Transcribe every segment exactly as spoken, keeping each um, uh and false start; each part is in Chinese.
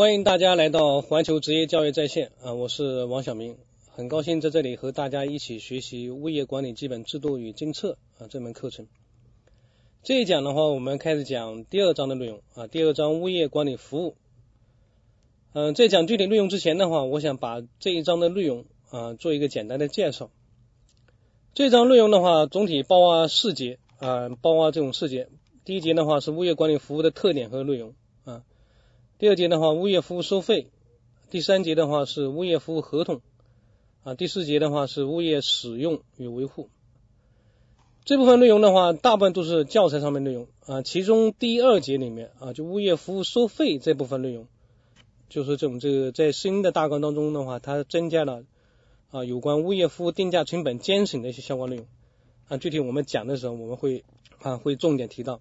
欢迎大家来到环球职业教育在线啊，我是王晓明，很高兴在这里和大家一起学习物业管理基本制度与经测啊这门课程。这一讲的话，我们开始讲第二章的内容啊，第二章物业管理服务。嗯、呃，在讲具体内容之前的话，我想把这一章的内容啊做一个简单的介绍。这一章内容的话，总体包括四节啊，包括这种四节。第一节的话是物业管理服务的特点和内容啊。第二节的话，物业服务收费；第三节的话是物业服务合同啊；第四节的话是物业使用与维护。这部分内容的话，大部分都是教材上面内容啊。其中第二节里面啊，就物业服务收费这部分内容，就是这种这个在新的大纲当中的话，它增加了啊有关物业服务定价成本监审的一些相关内容啊。具体我们讲的时候，我们会啊会重点提到。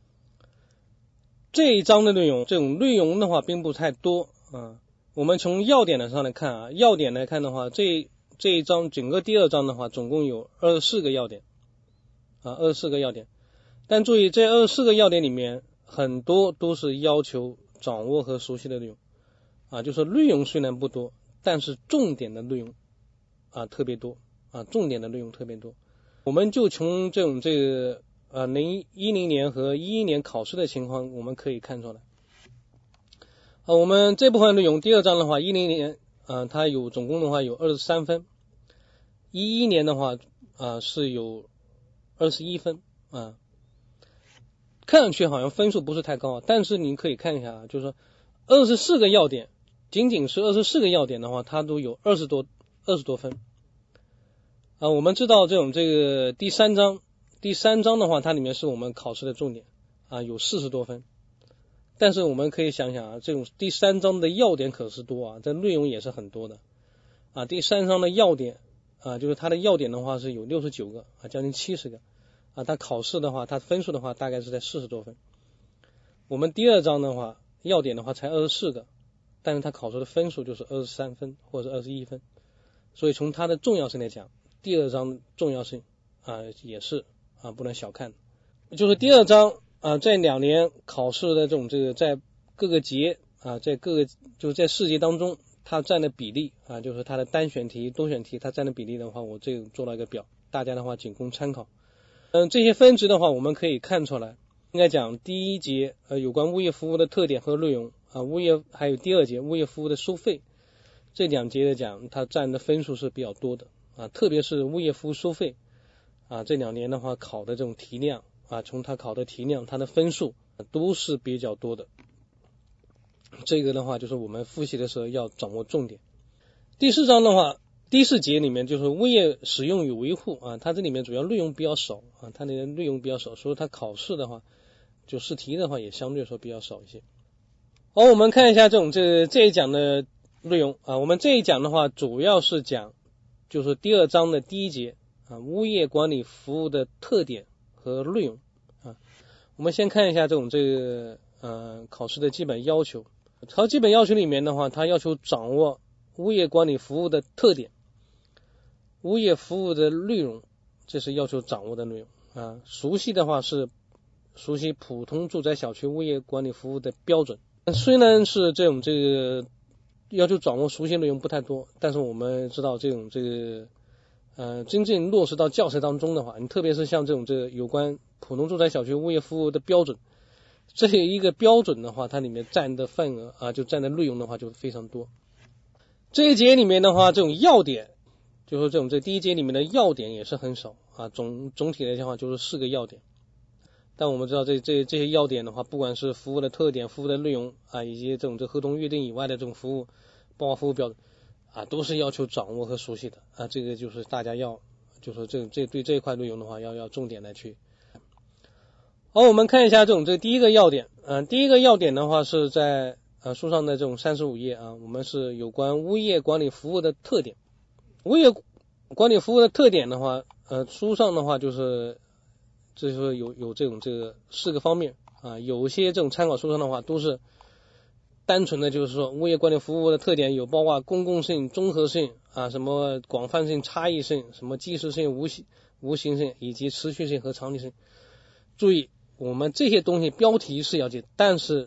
这一章的内容，这种内容的话并不太多啊。我们从要点的上来看啊，要点来看的话，这这一章整个第二章的话，总共有二十四个要点啊，二十四个要点。但注意，这二十四个要点里面，很多都是要求掌握和熟悉的内容啊，就是内容虽然不多，但是重点的内容啊特别多啊，重点的内容特别多。我们就从这种这个。呃，零一零年和一一年考试的情况，我们可以看出来。呃，我们这部分内容，第二章的话，一零年，呃，它有总共的话有二十三分，一一年的话，呃，是有二十一分啊。看上去好像分数不是太高，但是您可以看一下啊，就是说二十四个要点，仅仅是二十四个要点的话，它都有二十多二十多分。啊，我们知道这种这个第三章。第三章的话，它里面是我们考试的重点啊，有四十多分。但是我们可以想想啊，这种第三章的要点可是多啊，这内容也是很多的啊。第三章的要点啊，就是它的要点的话是有六十九个啊，将近七十个啊。它考试的话，它分数的话大概是在四十多分。我们第二章的话，要点的话才二十四个，但是它考试的分数就是二十三分或者二十一分。所以从它的重要性来讲，第二章的重要性啊也是。啊，不能小看，就是第二章啊，在两年考试的这种这个在各个节啊，在各个就是在四节当中，它占的比例啊，就是它的单选题、多选题，它占的比例的话，我这个做了一个表，大家的话仅供参考。嗯，这些分值的话，我们可以看出来，应该讲第一节呃有关物业服务的特点和内容啊，物业还有第二节物业服务的收费，这两节的讲，它占的分数是比较多的啊，特别是物业服务收费。啊，这两年的话考的这种题量啊，从他考的题量，他的分数都是比较多的。这个的话就是我们复习的时候要掌握重点。第四章的话，第四节里面就是物业使用与维护啊，它这里面主要内容比较少啊，它的内容比较少，所以它考试的话，就试题的话也相对说比较少一些。好，我们看一下这种这这一讲的内容啊，我们这一讲的话主要是讲就是第二章的第一节。啊，物业管理服务的特点和内容啊，我们先看一下这种这个呃考试的基本要求。考基本要求里面的话，它要求掌握物业管理服务的特点、物业服务的内容，这是要求掌握的内容啊。熟悉的话是熟悉普通住宅小区物业管理服务的标准。虽然是这种这个要求掌握熟悉内容不太多，但是我们知道这种这个。呃，真正落实到教材当中的话，你特别是像这种这个有关普通住宅小区物业服务的标准，这一个标准的话，它里面占的份额啊，就占的内容的话就非常多。这一节里面的话，这种要点，就是这种这第一节里面的要点也是很少啊，总总体来讲的话就是四个要点。但我们知道这这这些要点的话，不管是服务的特点、服务的内容啊，以及这种这合同约定以外的这种服务，包括服务标准。啊，都是要求掌握和熟悉的啊，这个就是大家要，就是这这对这一块内容的话，要要重点来去。好，我们看一下这种这第一个要点，嗯、呃，第一个要点的话是在呃书上的这种三十五页啊，我们是有关物业管理服务的特点。物业管理服务的特点的话，呃，书上的话就是这就是有有这种这个四个方面啊，有些这种参考书上的话都是。单纯的就是说，物业管理服务的特点有包括公共性、综合性啊，什么广泛性、差异性，什么即时性、无形无形性，以及持续性和长期性。注意，我们这些东西标题是要记，但是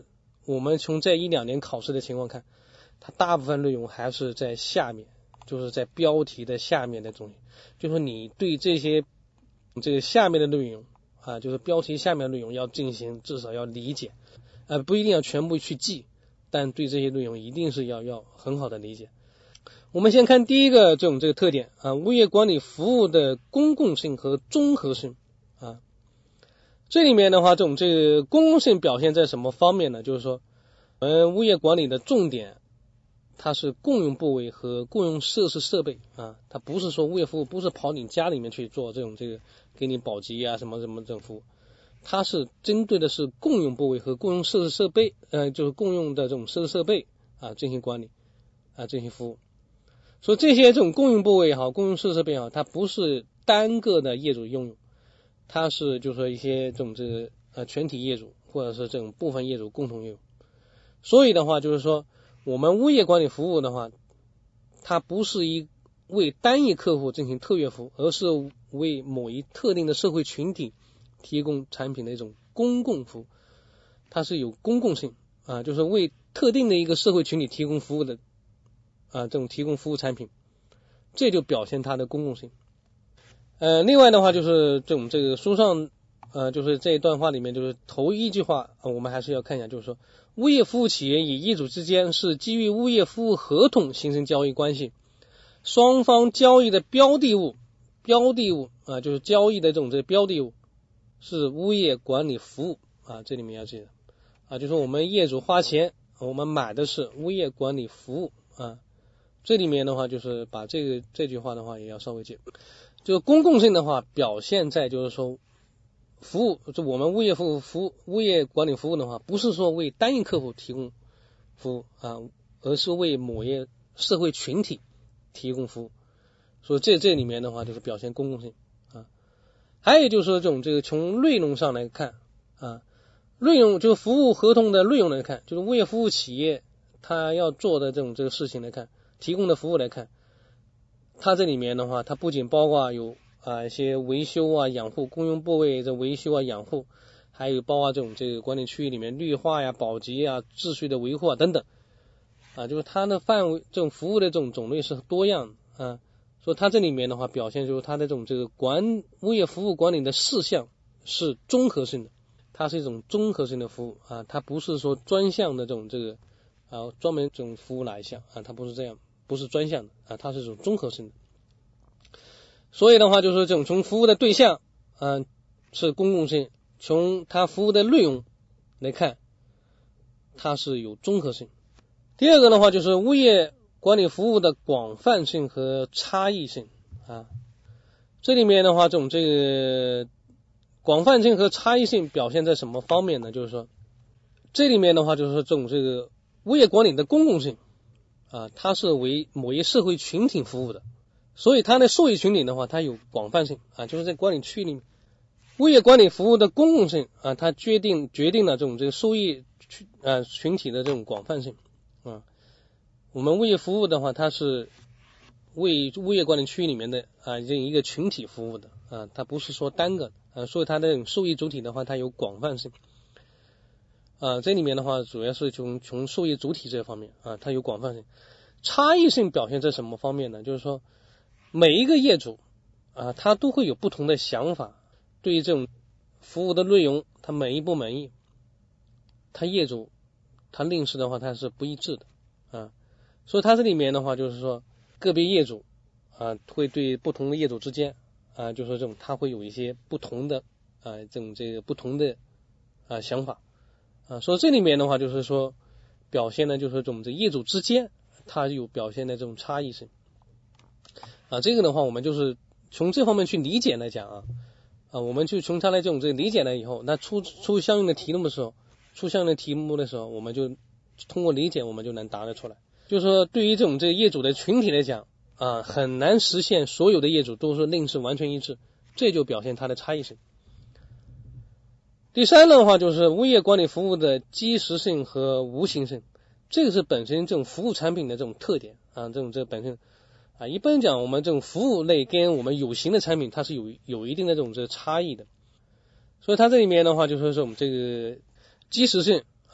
我们从这一两年考试的情况看，它大部分内容还是在下面，就是在标题的下面的东西，就是说你对这些这个下面的内容啊，就是标题下面的内容要进行至少要理解，呃，不一定要全部去记，但对这些内容一定是要要很好的理解。我们先看第一个这种这个特点啊，物业管理服务的公共性和综合性啊。这里面的话，这种这个公共性表现在什么方面呢？就是说，我们物业管理的重点，它是共用部位和共用设施设备啊，它不是说物业服务不是跑你家里面去做这种这个给你保洁啊什么什么这种服务，它是针对的是共用部位和共用设施设备，呃，就是共用的这种设施设备啊进行管理啊进行服务。所以这些这种共用部位也好，共用设施设备也好，它不是单个的业主拥有，它是就是说一些这种这个呃全体业主或者是这种部分业主共同拥有。所以的话就是说，我们物业管理服务的话，它不是一为单一客户进行特约服务，而是为某一特定的社会群体提供产品的一种公共服务，它是有公共性啊，就是为特定的一个社会群体提供服务的啊，这种提供服务产品，这就表现它的公共性。呃，另外的话就是这种这个书上呃，就是这一段话里面就是头一句话、呃、我们还是要看一下，就是说物业服务企业与业主之间是基于物业服务合同形成交易关系，双方交易的标的物标的物啊、呃，就是交易的这种这个标的物是物业管理服务啊，这里面要记得啊，就是我们业主花钱，我们买的是物业管理服务啊。这里面的话就是把这个这句话的话也要稍微记，就公共性的话表现在就是说服务，就我们物业服务服务物业管理服务的话，不是说为单一客户提供服务啊，而是为某一社会群体提供服务。所以这这里面的话就是表现公共性啊。还有就是说这种这个从内容上来看啊，内容就是服务合同的内容来看，就是物业服务企业它要做的这种这个事情来看，提供的服务来看，它这里面的话，它不仅包括有啊一些维修啊养护，公用部位的维修啊养护，还有包括这种这个管理区域里面绿化呀、保洁啊、秩序的维护啊等等啊，就是它的范围这种服务的这种种类是多样啊，所以它这里面的话表现就是它的这种这个管物业服务管理的事项是综合性的，它是一种综合性的服务啊，它不是说专项的这种这个啊专门这种服务哪一项啊，它不是这样。不是专项的啊，它是一种综合性的。所以的话就是这种从服务的对象啊是公共性，从它服务的内容来看，它是有综合性。第二个的话就是物业管理服务的广泛性和差异性啊，这里面的话这种这个广泛性和差异性表现在什么方面呢？就是说这里面的话就是说这种这个物业管理的公共性啊，它是为某一社会群体服务的，所以它的受益群体的话，它有广泛性啊，就是在管理区里面，物业管理服务的公共性啊，它决定决定了这种这个受益群啊群体的这种广泛性啊。我们物业服务的话，它是为物业管理区域里面的啊这一个群体服务的啊，它不是说单个啊，所以它的这种受益主体的话，它有广泛性。啊，这里面的话主要是从从受益主体这方面啊，它有广泛性。差异性表现在什么方面呢？就是说每一个业主啊，他都会有不同的想法，对于这种服务的内容他满意不满意，他业主他认识的话他是不一致的啊，所以他这里面的话就是说个别业主啊会对不同的业主之间啊，就是说这种他会有一些不同的啊这种这个不同的啊想法。啊，所以这里面的话就是说表现的就是这种这业主之间它有表现的这种差异性啊，这个的话我们就是从这方面去理解来讲啊啊，我们就从它的这种这个理解了以后，那出出相应的题目的时候，出相应的题目的时候，我们就通过理解我们就能答得出来。就是说对于这种这个业主的群体来讲啊，很难实现所有的业主都是认识完全一致，这就表现它的差异性。第三的话就是物业管理服务的即时性和无形性，这个是本身这种服务产品的这种特点啊，这种这本身啊，一般讲我们这种服务类跟我们有形的产品它是有有一定的这种这个差异的，所以它这里面的话就是说我们这个即时性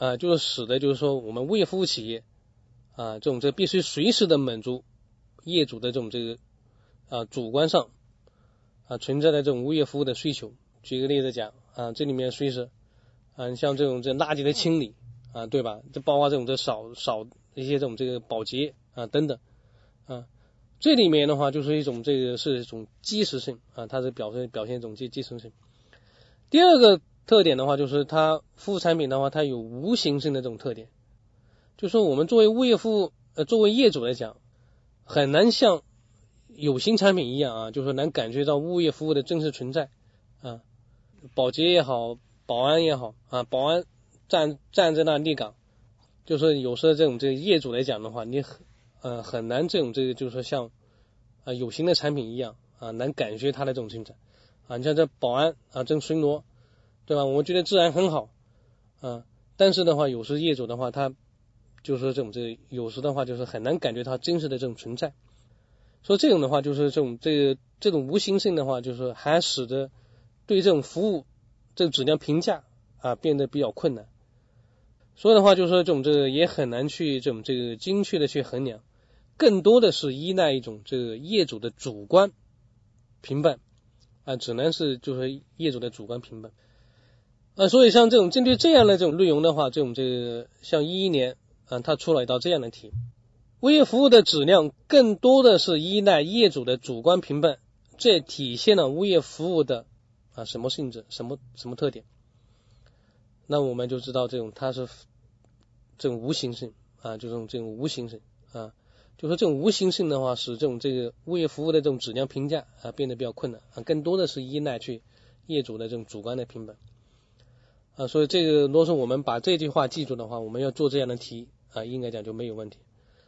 啊，就是使得就是说我们物业服务企业啊，这种这必须随时的满足业主的这种这个啊主观上啊存在的这种物业服务的需求。举个例子讲啊，这里面随时啊，像这种这垃圾的清理啊，对吧？这包括这种这扫扫一些这种这个保洁啊等等啊，这里面的话就是一种这个是一种即时性啊，它是表现表现一种即即时性。第二个特点的话，就是它服务产品的话，它有无形性的这种特点，就是说我们作为物业服务呃作为业主来讲，很难像有形产品一样啊，就是说能感觉到物业服务的真实存在啊，保洁也好，保安也好啊，保安站站在那立岗，就是有时候这种这个业主来讲的话，你很呃很难这种这个就是说像啊有形的产品一样啊，能感觉它的这种存在啊。你像这保安啊，这巡逻，对吧？我觉得治安很好啊，但是的话，有时业主的话，他就是说这种这个有时的话，就是很难感觉到真实的这种存在。所以这种的话，就是这种这个这种无形性的话，就是还使得对这种服务这个质量评价啊变得比较困难。所以的话，就是说这种这个也很难去这种这个精确的去衡量，更多的是依赖一种这个业主的主观评判啊，只能是就是业主的主观评判啊。所以像这种针对这样的这种内容的话，这种这个像一一年啊，它出了一道这样的题。物业服务的质量更多的是依赖业主的主观评判，这体现了物业服务的啊什么性质，什么什么特点？那我们就知道这种它是这种无形性啊，就这种这种无形性啊，就说这种无形性的话，使这种这个物业服务的这种质量评价啊变得比较困难啊，更多的是依赖去业主的这种主观的评判啊，所以这个如果说我们把这句话记住的话，我们要做这样的题啊，应该讲就没有问题。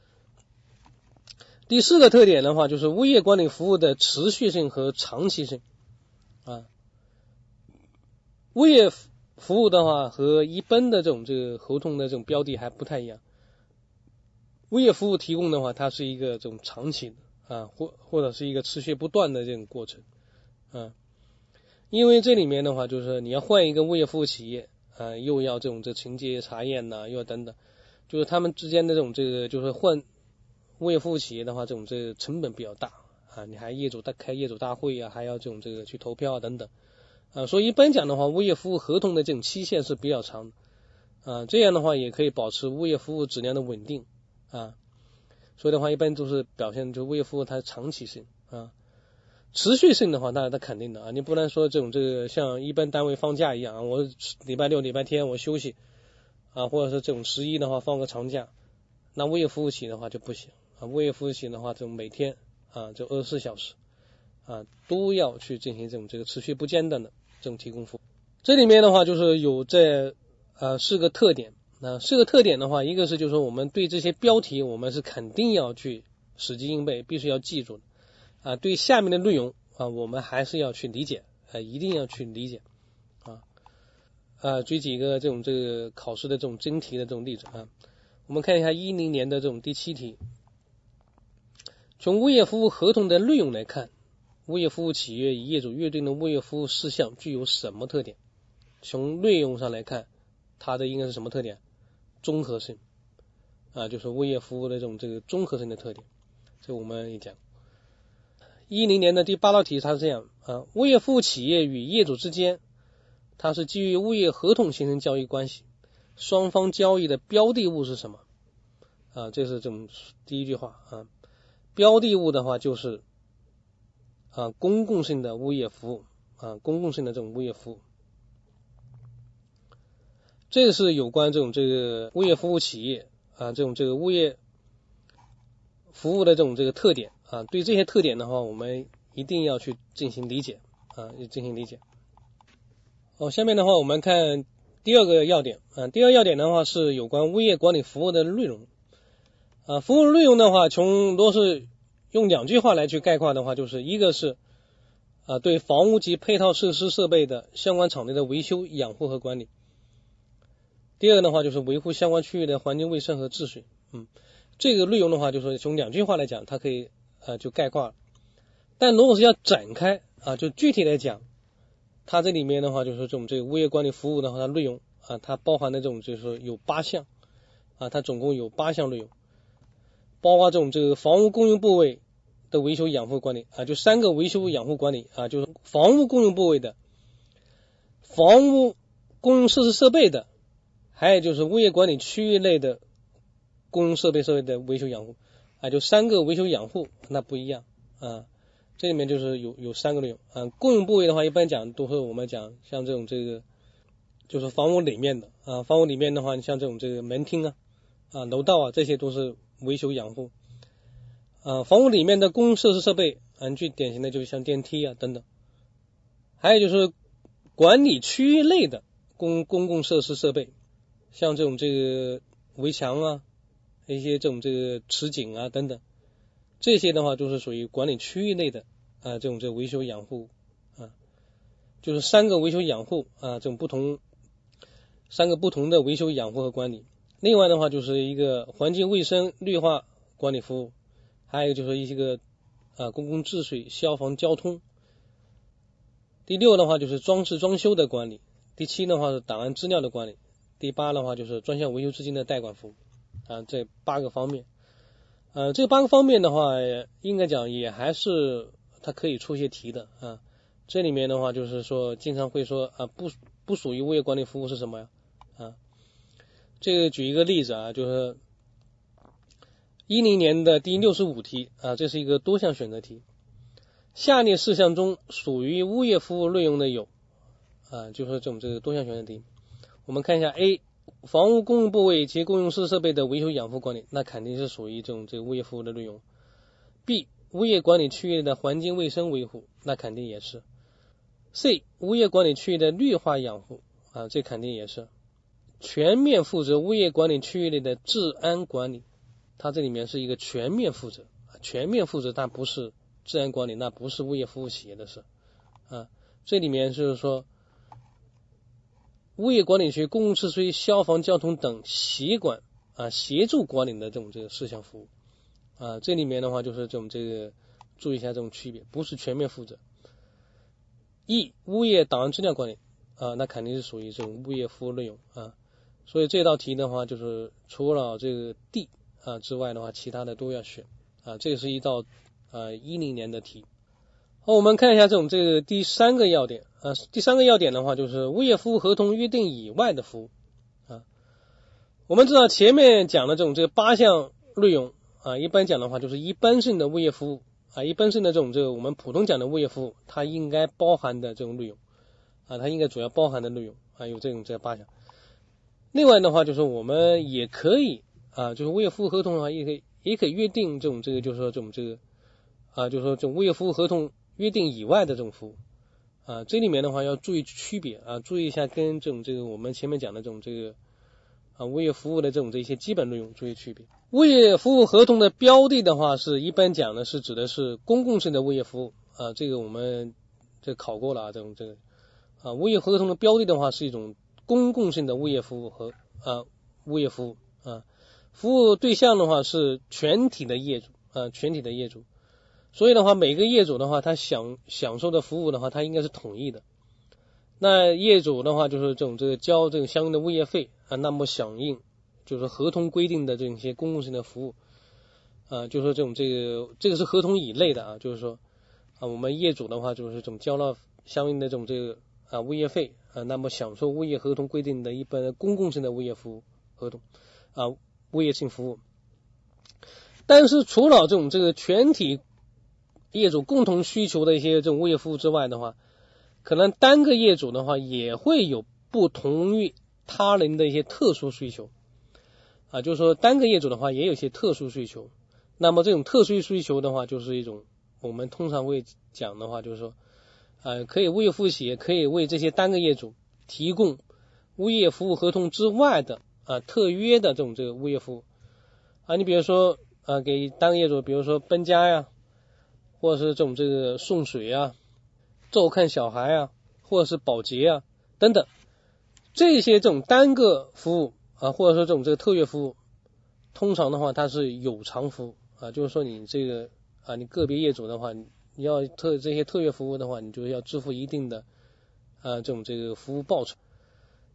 第四个特点的话，就是物业管理服务的持续性和长期性啊。物业服务的话和一般的这种这个合同的这种标的还不太一样。物业服务提供的话，它是一个这种长期的啊，或或者是一个持续不断的这种过程啊。因为这里面的话，就是你要换一个物业服务企业啊，又要这种这情节查验呐、啊，又要等等，就是他们之间的这种这个就是换。物业服务企业的话，这种这个成本比较大啊，你还业主大开业主大会啊，还要这种这个去投票啊等等啊，所以一般讲的话，物业服务合同的这种期限是比较长的啊，这样的话也可以保持物业服务质量的稳定啊，所以的话一般都是表现就物业服务它长期性啊，持续性的话那它肯定的啊，你不能说这种这个像一般单位放假一样啊，我礼拜六礼拜天我休息啊，或者是这种十一的话放个长假，那物业服务企业的话就不行。啊，物业服务企业的话，就每天啊，就二十四小时啊，都要去进行这种这个持续不间断的这种提供服务。这里面的话，就是有这呃四个特点。那四个特点的话，一个是就是说我们对这些标题，我们是肯定要去死记硬背，必须要记住的啊。对下面的内容啊，我们还是要去理解，啊，一定要去理解啊。啊，举几个这种这个考试的这种真题的这种例子啊。我们看一下一零年的这种第七题。从物业服务合同的内容来看，物业服务企业与业主约定的物业服务事项具有什么特点？从内容上来看，它的应该是什么特点？综合性啊，就是物业服务的这种这个综合性的特点。这我们也讲。一零年的第八道题，它是这样啊，物业服务企业与业主之间，它是基于物业合同形成交易关系，双方交易的标的物是什么？啊，这是这种第一句话啊。标的物的话就是啊公共性的物业服务啊公共性的这种物业服务，这是有关这种这个物业服务企业啊这种这个物业服务的这种这个特点啊，对这些特点的话，我们一定要去进行理解啊，进行理解。好，下面的话我们看第二个要点啊，第二要点的话是有关物业管理服务的内容。啊，服务内容的话，从如果是用两句话来去概括的话，就是一个是啊对房屋及配套设施设备的相关场地的维修、养护和管理。第二个的话就是维护相关区域的环境卫生和秩序。嗯，这个内容的话，就是从两句话来讲，它可以啊就概括了。但如果是要展开啊，就具体来讲，它这里面的话就是这种这个物业管理服务的话，它内容啊，它包含的这种就是说有八项啊，它总共有八项内容，包括这种这个房屋公用部位的维修养护管理啊，就三个维修养护管理啊，就是房屋公用部位的、房屋公用设施设备的，还有就是物业管理区域内的公用设备设备的维修养护啊，就三个维修养护，那不一样啊。这里面就是有有三个内容啊。公用部位的话，一般讲都是我们讲像这种这个，就是房屋里面的啊，房屋里面的话，你像这种这个门厅啊、啊楼道啊，这些都是维修养护啊。房屋里面的公用设施设备啊，最典型的就是像电梯啊等等，还有就是管理区域内的公公共设施设备，像这种这个围墙啊，一些这种这个池井啊等等，这些的话都是属于管理区域内的啊，这种这个维修养护啊，就是三个维修养护啊，这种不同三个不同的维修养护和管理。另外的话就是一个环境卫生绿化管理服务，还有就是一些个啊公共治水、消防、交通。第六的话就是装饰装修的管理，第七的话是档案资料的管理，第八的话就是专项维修资金的代管服务啊，这八个方面。呃，这八个方面的话，应该讲也还是它可以出些题的啊。这里面的话就是说，经常会说啊，不不属于物业管理服务是什么呀？啊，这个举一个例子啊，就是一零年的第六十五题啊，这是一个多项选择题。下列事项中属于物业服务内容的有啊，就是这种这个多项选择题。我们看一下 A。房屋公用部位及公用设施设备的维修养护管理，那肯定是属于这种这个物业服务的内容。B. 物业管理区域的环境卫生维护，那肯定也是。C. 物业管理区域的绿化养护啊，这肯定也是。全面负责物业管理区域内的治安管理，它这里面是一个全面负责，全面负责它不是治安管理，那不是物业服务企业的事啊。这里面就是说物业管理区公共设施、消防、交通等协管啊协助管理的这种这个事项服务啊，这里面的话就是这种这个注意一下这种区别，不是全面负责。E. 物业档案资料管理啊，那肯定是属于这种物业服务内容啊，所以这道题的话就是除了这个 D 啊之外的话，其他的都要选啊，这是一道啊一零年的题。好，我们看一下这种这个第三个要点啊，第三个要点的话就是物业服务合同约定以外的服务啊。我们知道前面讲的这种这个八项内容啊，一般讲的话就是一般性的物业服务啊，一般性的这种这个我们普通讲的物业服务，它应该包含的这种内容啊，它应该主要包含的内容啊有这种这八项。另外的话就是我们也可以啊，就是物业服务合同的话也可以也可以约定这种这个就是说这种这个啊，就是说这种物业服务合同约定以外的这种服务啊，这里面的话要注意区别啊，注意一下跟这种这个我们前面讲的这种这个啊物业服务的这种这些基本内容注意区别。物业服务合同的标的的话是一般讲的是指的是公共性的物业服务啊，这个我们这考过了啊，这种这个啊物业合同的标的的话是一种公共性的物业服务和啊物业服务啊，服务对象的话是全体的业主啊，全体的业主。所以的话，每个业主的话，他享享受的服务的话，他应该是统一的。那业主的话，就是这种这个交这个相应的物业费啊，那么响应就是合同规定的这些公共性的服务啊，就是说这种这个这个是合同以内的啊，就是说啊，我们业主的话就是这种交了相应的这种这个啊物业费啊，那么享受物业合同规定的一般公共性的物业服务合同啊物业性服务。但是除了这种这个全体业主共同需求的一些这种物业服务之外的话，可能单个业主的话也会有不同于他人的一些特殊需求啊，就是说单个业主的话也有一些特殊需求。那么这种特殊需求的话，就是一种我们通常会讲的话，就是说呃，可以物业服务企业可以为这些单个业主提供物业服务合同之外的啊特约的这种这个物业服务啊，你比如说啊给单个业主，比如说搬家呀，或者是这种这个送水啊、照看小孩啊，或者是保洁啊等等，这些这种单个服务啊，或者说这种这个特约服务，通常的话它是有偿服务啊，就是说你这个啊，你个别业主的话，你要特这些特约服务的话，你就要支付一定的啊这种这个服务报酬。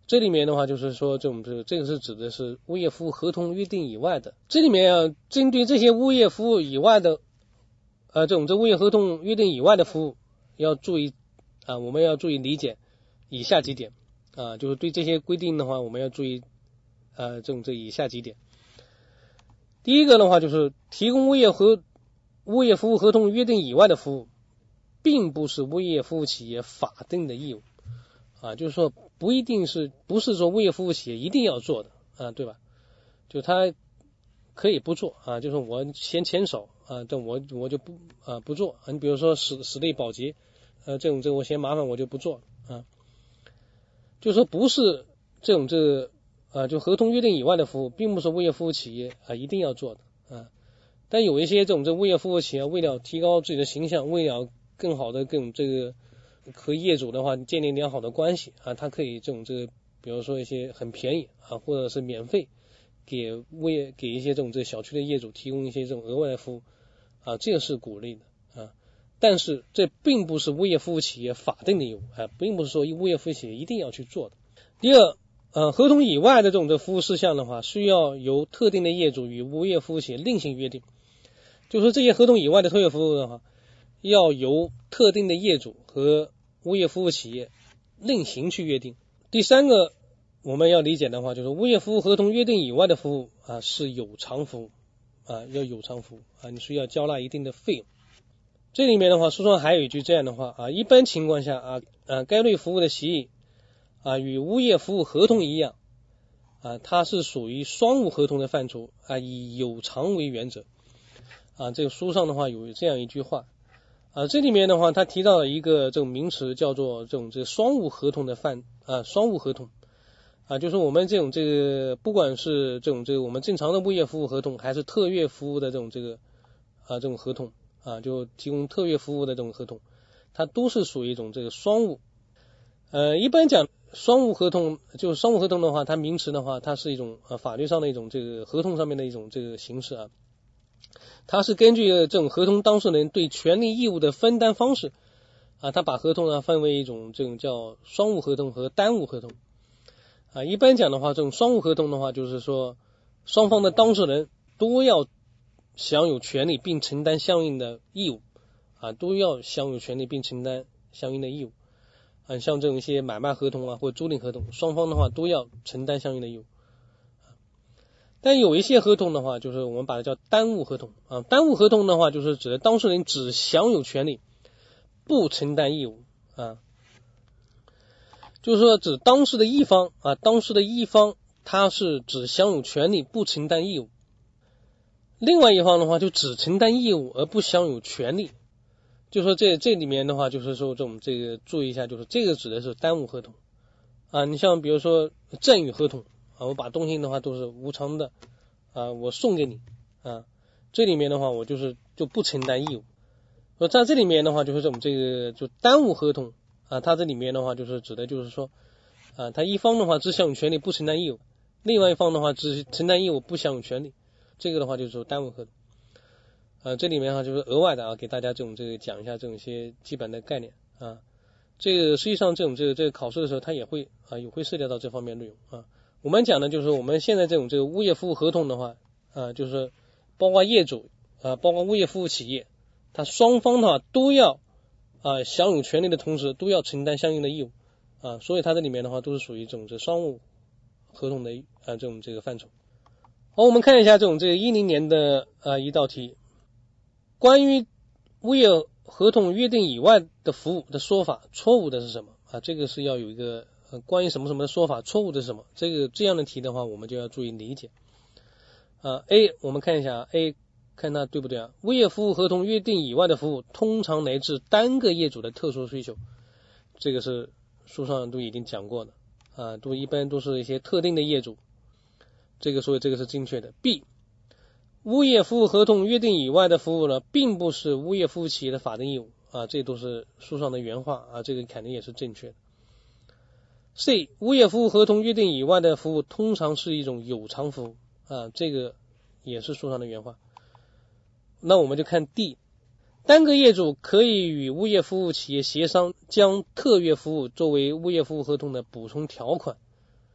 这里面的话就是说这种这个这个是指的是物业服务合同约定以外的，这里面要针对这些物业服务以外的呃这种这物业合同约定以外的服务要注意啊、呃，我们要注意理解以下几点啊、呃，就是对这些规定的话我们要注意呃这种这以下几点。第一个的话就是提供物业和物业服务合同约定以外的服务并不是物业服务企业法定的义务啊，就是说不一定是不是说物业服务企业一定要做的啊，对吧？就他可以不做啊，就是我先牵手啊，这我我就不啊不做啊。你比如说室室内保洁，呃，这种这种我嫌麻烦我就不做啊。就是说不是这种这个啊，就合同约定以外的服务，并不是物业服务企业啊一定要做的啊。但有一些这种这物业服务企业为了提高自己的形象，为了更好的跟这个和业主的话建立良好的关系啊，他可以这种这个，比如说一些很便宜啊，或者是免费给物业给一些这种这个小区的业主提供一些这种额外的服务啊，这个是鼓励的啊。但是这并不是物业服务企业法定的义务啊，并不是说物业服务企业一定要去做的。第二，呃，合同以外的这种的服务事项的话，需要由特定的业主与物业服务企业另行约定。就是说这些合同以外的特约服务的话，要由特定的业主和物业服务企业另行去约定。第三个我们要理解的话，就是物业服务合同约定以外的服务啊是有偿服务啊，要有偿服务啊，你需要交纳一定的费用。这里面的话，书上还有一句这样的话啊，一般情况下啊，啊该类服务的协议啊与物业服务合同一样啊，它是属于双务合同的范畴啊，以有偿为原则啊。这个书上的话有这样一句话啊，这里面的话，他提到了一个这种名词叫做这种这个双务合同的范啊，双务合同啊，就是我们这种这个不管是这种这个我们正常的物业服务合同，还是特约服务的这种这个啊这种合同啊，就提供特约服务的这种合同，它都是属于一种这个双务。呃，一般讲双务合同，就是双务合同的话，它名词的话，它是一种呃法律上的一种这个合同上面的一种这个形式啊。它是根据这种合同当事人对权利义务的分担方式啊，它把合同呢分为一种这种叫双务合同和单务合同啊。一般讲的话，这种双务合同的话，就是说双方的当事人都要享有权利并承担相应的义务啊，都要享有权利并承担相应的义务啊。像这种一些买卖合同啊或租赁合同，双方的话都要承担相应的义务。但有一些合同的话，就是我们把它叫单务合同啊。单务合同的话，就是指的当事人只享有权利，不承担义务啊。就是说，指当事的一方啊，当事的一方他是只享有权利，不承担义务；另外一方的话，就只承担义务而不享有权利。就说这这里面的话，就是说这种这个注意一下，就是这个指的是单务合同啊。你像比如说赠与合同。啊，我把东西的话都是无偿的啊，我送给你啊，这里面的话我就是就不承担义务。说在这里面的话就是这种这个就单务合同啊，它这里面的话就是指的就是说啊，他一方的话只享有权利不承担义务，另外一方的话只承担义务不享有权利，这个的话就是说单务合同。啊，这里面的话就是额外的啊，给大家这种这个讲一下这种一些基本的概念啊。这个实际上这种这个这个考试的时候，它也会啊也会涉及到这方面内容啊。我们讲的就是我们现在这种这个物业服务合同的话啊，就是包括业主啊，包括物业服务企业，它双方的话都要啊享有权利的同时，都要承担相应的义务啊，所以它这里面的话都是属于这种这商务合同的啊这种这个范畴。好，我们看一下这种这个一零年的啊一道题，关于物业合同约定以外的服务的说法，错误的是什么啊？这个是要有一个。呃，关于什么什么的说法，错误的是什么？这个这样的题的话，我们就要注意理解。啊 ，A 我们看一下 A， 看它对不对啊？物业服务合同约定以外的服务，通常来自单个业主的特殊需求，这个是书上都已经讲过的啊，都一般都是一些特定的业主，这个所以这个是正确的。B， 物业服务合同约定以外的服务呢，并不是物业服务企业的法定义务啊，这都是书上的原话啊，这个肯定也是正确的。C， 物业服务合同约定以外的服务通常是一种有偿服务啊，这个也是书上的原话。那我们就看 D， 单个业主可以与物业服务企业协商，将特约服务作为物业服务合同的补充条款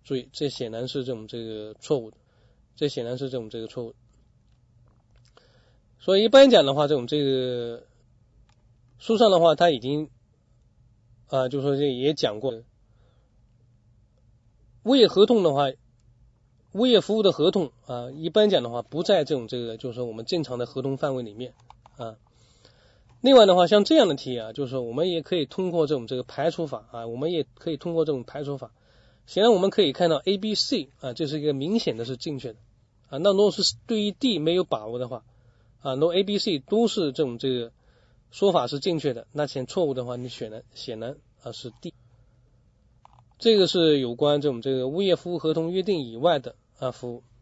注意，这显然是这种这个错误的，这显然是这种这个错误的。所以一般讲的话，这种这个书上的话，他已经啊、呃，就是说这也讲过，物业合同的话，物业服务的合同啊，一般讲的话不在这种这个就是说我们正常的合同范围里面啊。另外的话，像这样的题啊，就是说我们也可以通过这种这个排除法啊，我们也可以通过这种排除法。显然我们可以看到 A、B、C 啊，这是一个明显的是正确的啊。那如果是对于 D 没有把握的话啊，如果 A、B、C 都是这种这个说法是正确的，那显错误的话，你选的显然啊是 D。这个是有关这种这个物业服务合同约定以外的啊服务。